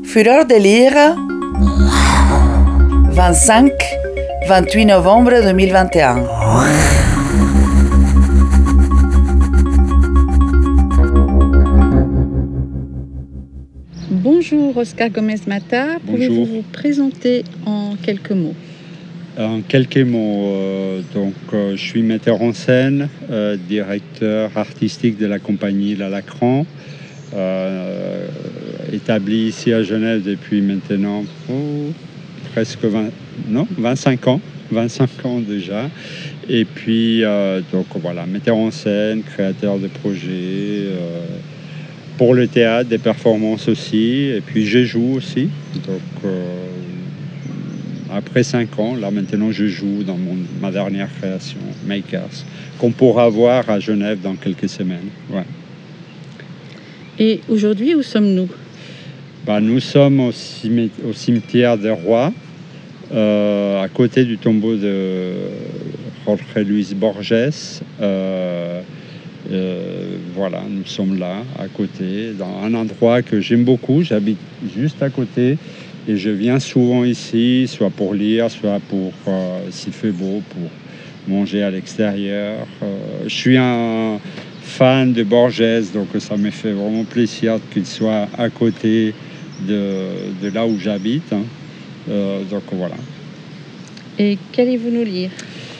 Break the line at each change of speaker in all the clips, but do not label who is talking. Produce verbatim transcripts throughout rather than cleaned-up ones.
Fureur de lire, vingt-cinq vingt-huit novembre deux mille vingt et un.
Bonjour Oscar Gomez-Mata, pouvez-vous vous présenter en quelques mots?
En quelques mots, euh, donc, euh, je suis metteur en scène, euh, directeur artistique de la compagnie La Lacran, euh, établi ici à Genève depuis maintenant oh, presque vingt, non, vingt-cinq ans, vingt-cinq ans déjà. Et puis, euh, donc voilà, metteur en scène, créateur de projets, euh, pour le théâtre, des performances aussi, et puis je joue aussi. Donc, euh, après cinq ans, là maintenant je joue dans mon, ma dernière création, Makers, qu'on pourra voir à Genève dans quelques semaines. Ouais.
Et aujourd'hui, où sommes-nous?
Bah, nous sommes au, cimetière, au cimetière des Rois, euh, à côté du tombeau de Jorge Luis Borges. Euh, euh, voilà, nous sommes là, à côté, dans un endroit que j'aime beaucoup. J'habite juste à côté. Et je viens souvent ici, soit pour lire, soit pour, euh, s'il fait beau, pour manger à l'extérieur. Euh, je suis un fan de Borges, donc ça me fait vraiment plaisir qu'il soit à côté de, de là où j'habite. Hein. Euh, donc voilà.
Et qu'allez-vous nous lire?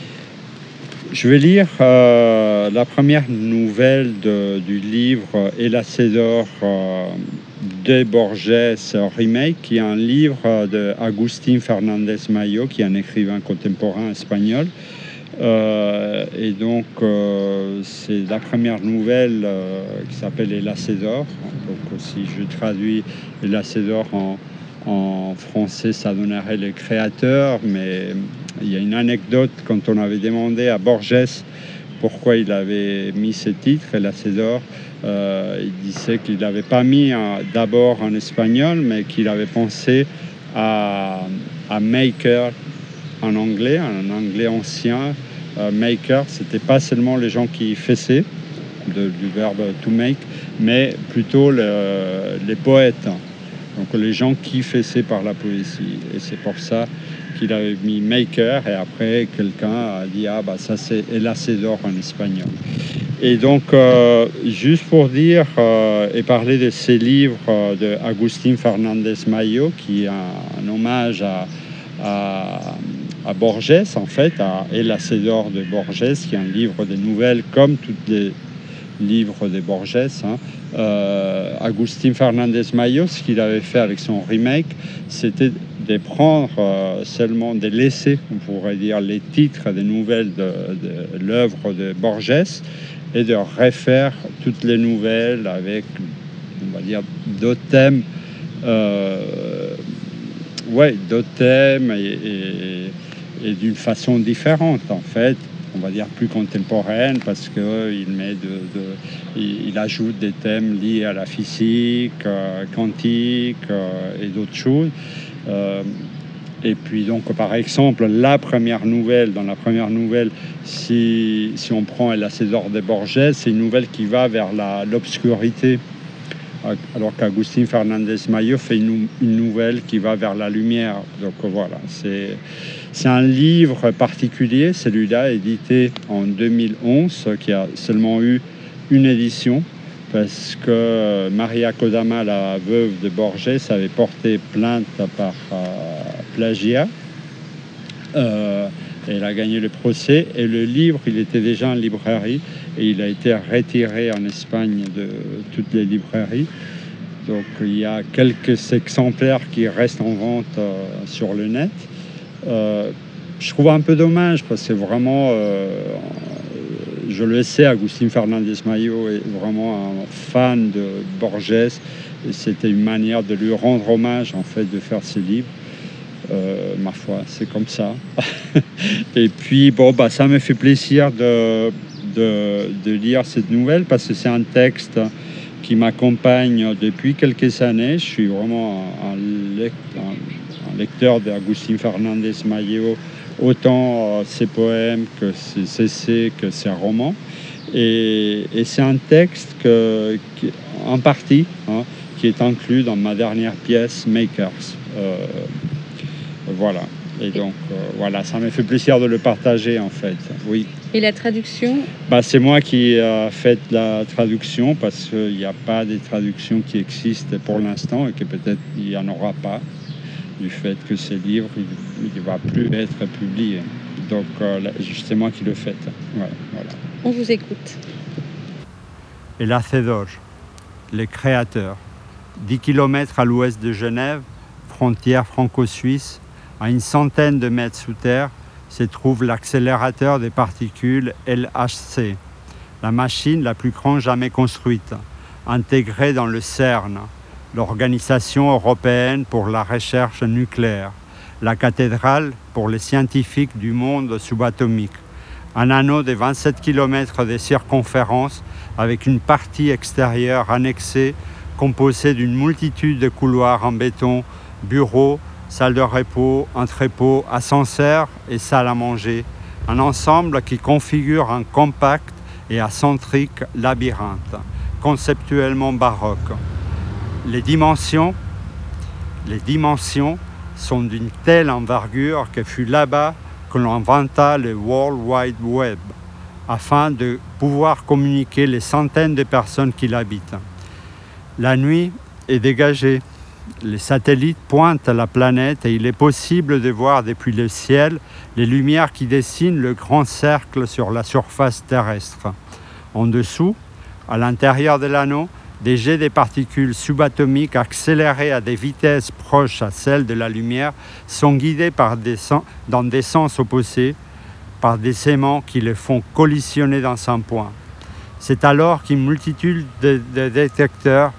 Je vais lire euh, la première nouvelle de, du livre El Hacedor euh, de Borges Remake, qui est un livre de Agustín Fernández Mayo, qui est un écrivain contemporain espagnol. Euh, et donc, euh, c'est la première nouvelle euh, qui s'appelle El Hacedor. Donc, si je traduis El Hacedor en, en français, ça donnerait le créateur, mais il y a une anecdote quand on avait demandé à Borges pourquoi il avait mis ce titre, El Hacedor. Euh, il disait qu'il n'avait pas mis un, d'abord en espagnol, mais qu'il avait pensé à, à Maker en anglais, en anglais ancien. Uh, maker, c'était pas seulement les gens qui faisaient, de, du verbe to make, mais plutôt le, les poètes, donc les gens qui faisaient par la poésie. Et c'est pour ça qu'il avait mis maker, et après quelqu'un a dit ah bah ça c'est El Hacedor en espagnol. Et donc euh, juste pour dire euh, et parler de ces livres euh, de Agustín Fernández Mayo, qui est un, un hommage à, à à Borges, en fait, à El Hacedor de Borges, qui est un livre de nouvelles comme tous les livres de Borges. Hein. Euh, Agustín Fernández Mayo, ce qu'il avait fait avec son remake, c'était de prendre euh, seulement, de laisser, on pourrait dire, les titres des nouvelles de, de l'œuvre de Borges et de refaire toutes les nouvelles avec, on va dire, d'autres thèmes. Euh, ouais, d'autres thèmes et, et et d'une façon différente, en fait, on va dire plus contemporaine, parce qu'il met de, de il, il ajoute des thèmes liés à la physique, euh, quantique euh, et d'autres choses. Euh, et puis donc, par exemple, la première nouvelle, dans la première nouvelle, si, si on prend El Hacedor de Borges, c'est une nouvelle qui va vers la, l'obscurité, alors qu'Agustín Fernández Mayo fait une, une nouvelle qui va vers la lumière. Donc voilà, c'est, c'est un livre particulier, celui-là, édité en deux mille onze, qui a seulement eu une édition, parce que Maria Kodama, la veuve de Borges, avait porté plainte par euh, plagiat. Euh, Elle a gagné le procès et le livre, il était déjà en librairie et il a été retiré en Espagne de toutes les librairies. Donc il y a quelques exemplaires qui restent en vente euh, sur le net. Euh, je trouve un peu dommage parce que vraiment, euh, je le sais, Agustín Fernández Mayo est vraiment un fan de Borges et c'était une manière de lui rendre hommage en fait de faire ce livre. Euh, ma foi, c'est comme ça. Et puis, bon, bah, ça me fait plaisir de, de, de lire cette nouvelle parce que c'est un texte qui m'accompagne depuis quelques années. Je suis vraiment un, un, un lecteur d'Agustín Fernández Mayo, autant euh, ses poèmes que ses essais, que ses romans. Et, et c'est un texte que, qui, en partie, hein, qui est inclus dans ma dernière pièce, Makers. Euh, voilà. Et donc, euh, voilà, ça me fait plaisir de le partager, en fait. Oui.
Et la traduction?
Bah, c'est moi qui ai fait la traduction, parce qu'il n'y a pas de traduction qui existe pour l'instant, et que peut-être il n'y en aura pas, du fait que ce livre, il ne va plus être publié. Donc, euh, c'est moi qui le fais. Ouais, voilà.
On vous écoute.
El Hacedor, les créateurs. dix kilomètres à l'ouest de Genève, frontière franco-suisse, à une centaine de mètres sous terre, se trouve l'accélérateur des particules L H C, la machine la plus grande jamais construite, intégrée dans le CERN, l'Organisation européenne pour la recherche nucléaire, la cathédrale pour les scientifiques du monde subatomique, un anneau de vingt-sept kilomètres de circonférence avec une partie extérieure annexée composée d'une multitude de couloirs en béton, bureaux, salles de repos, entrepôts, ascenseurs et salles à manger, un ensemble qui configure un compact et acentrique labyrinthe, conceptuellement baroque. Les dimensions, les dimensions sont d'une telle envergure que fut là-bas que l'on inventa le World Wide Web, afin de pouvoir communiquer les centaines de personnes qui l'habitent. La nuit est dégagée. Les satellites pointent la planète et il est possible de voir depuis le ciel les lumières qui dessinent le grand cercle sur la surface terrestre. En dessous, à l'intérieur de l'anneau, des jets de particules subatomiques accélérées à des vitesses proches à celles de la lumière sont guidés par des sens, dans des sens opposés par des aimants qui les font collisionner dans un point. C'est alors qu'une multitude de, de détecteurs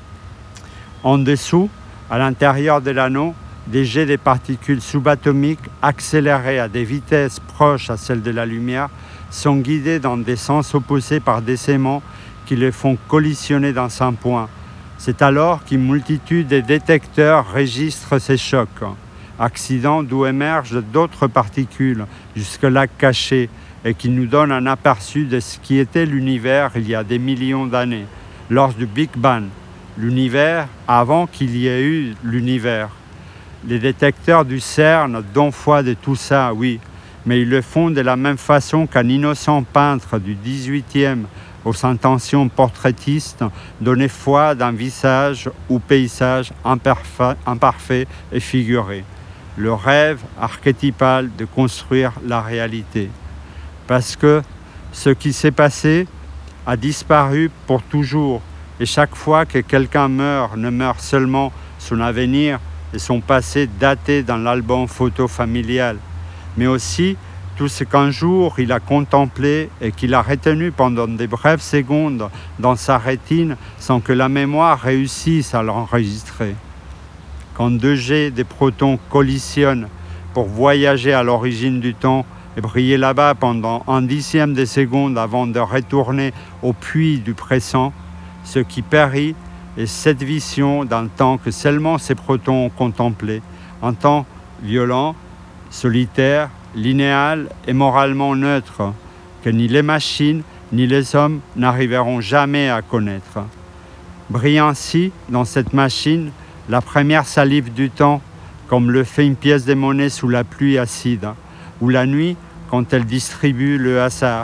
en dessous, à l'intérieur de l'anneau, des jets de particules subatomiques accélérées à des vitesses proches à celles de la lumière sont guidés dans des sens opposés par des aimants qui les font collisionner dans un point. C'est alors qu'une multitude de détecteurs registrent ces chocs, accidents d'où émergent d'autres particules jusque-là cachées et qui nous donnent un aperçu de ce qui était l'univers il y a des millions d'années, lors du Big Bang, l'univers avant qu'il y ait eu l'univers. Les détecteurs du CERN donnent foi de tout ça, oui, mais ils le font de la même façon qu'un innocent peintre du dix-huitième aux intentions portraitistes donnait foi d'un visage ou paysage imparfait, imparfait et figuré. Le rêve archétypal de construire la réalité. Parce que ce qui s'est passé a disparu pour toujours. Et chaque fois que quelqu'un meurt, ne meurt seulement son avenir et son passé daté dans l'album photo familial, mais aussi tout ce qu'un jour il a contemplé et qu'il a retenu pendant des brèves secondes dans sa rétine sans que la mémoire réussisse à l'enregistrer. Quand deux jets de protons collisionnent pour voyager à l'origine du temps et briller là-bas pendant un dixième de seconde avant de retourner au puits du présent, ce qui périt est cette vision d'un temps que seulement ces protons ont contemplé, un temps violent, solitaire, linéal et moralement neutre, que ni les machines ni les hommes n'arriveront jamais à connaître. Brille ainsi, dans cette machine, la première salive du temps, comme le fait une pièce de monnaie sous la pluie acide, ou la nuit quand elle distribue le hasard.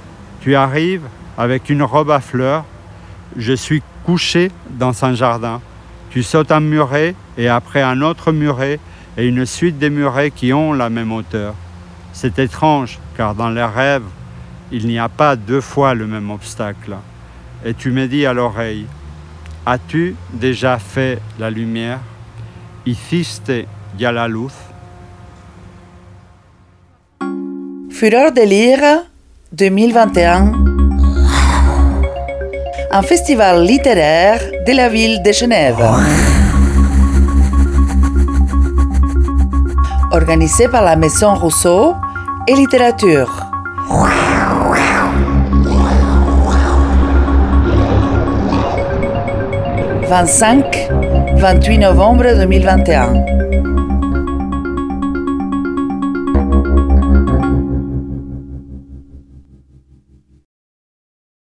Tu arrives avec une robe à fleurs, je suis couché dans un jardin. Tu sautes un muret et après un autre muret et une suite de murets qui ont la même hauteur. C'est étrange car dans les rêves, il n'y a pas deux fois le même obstacle. Et tu me dis à l'oreille, as-tu déjà fait la lumière? Hiciste ya la luz?
Fureur de lire deux mille vingt et un. Un festival littéraire de la ville de Genève. Organisé par la Maison Rousseau et Littérature. vingt-cinq à vingt-huit novembre deux mille vingt et un.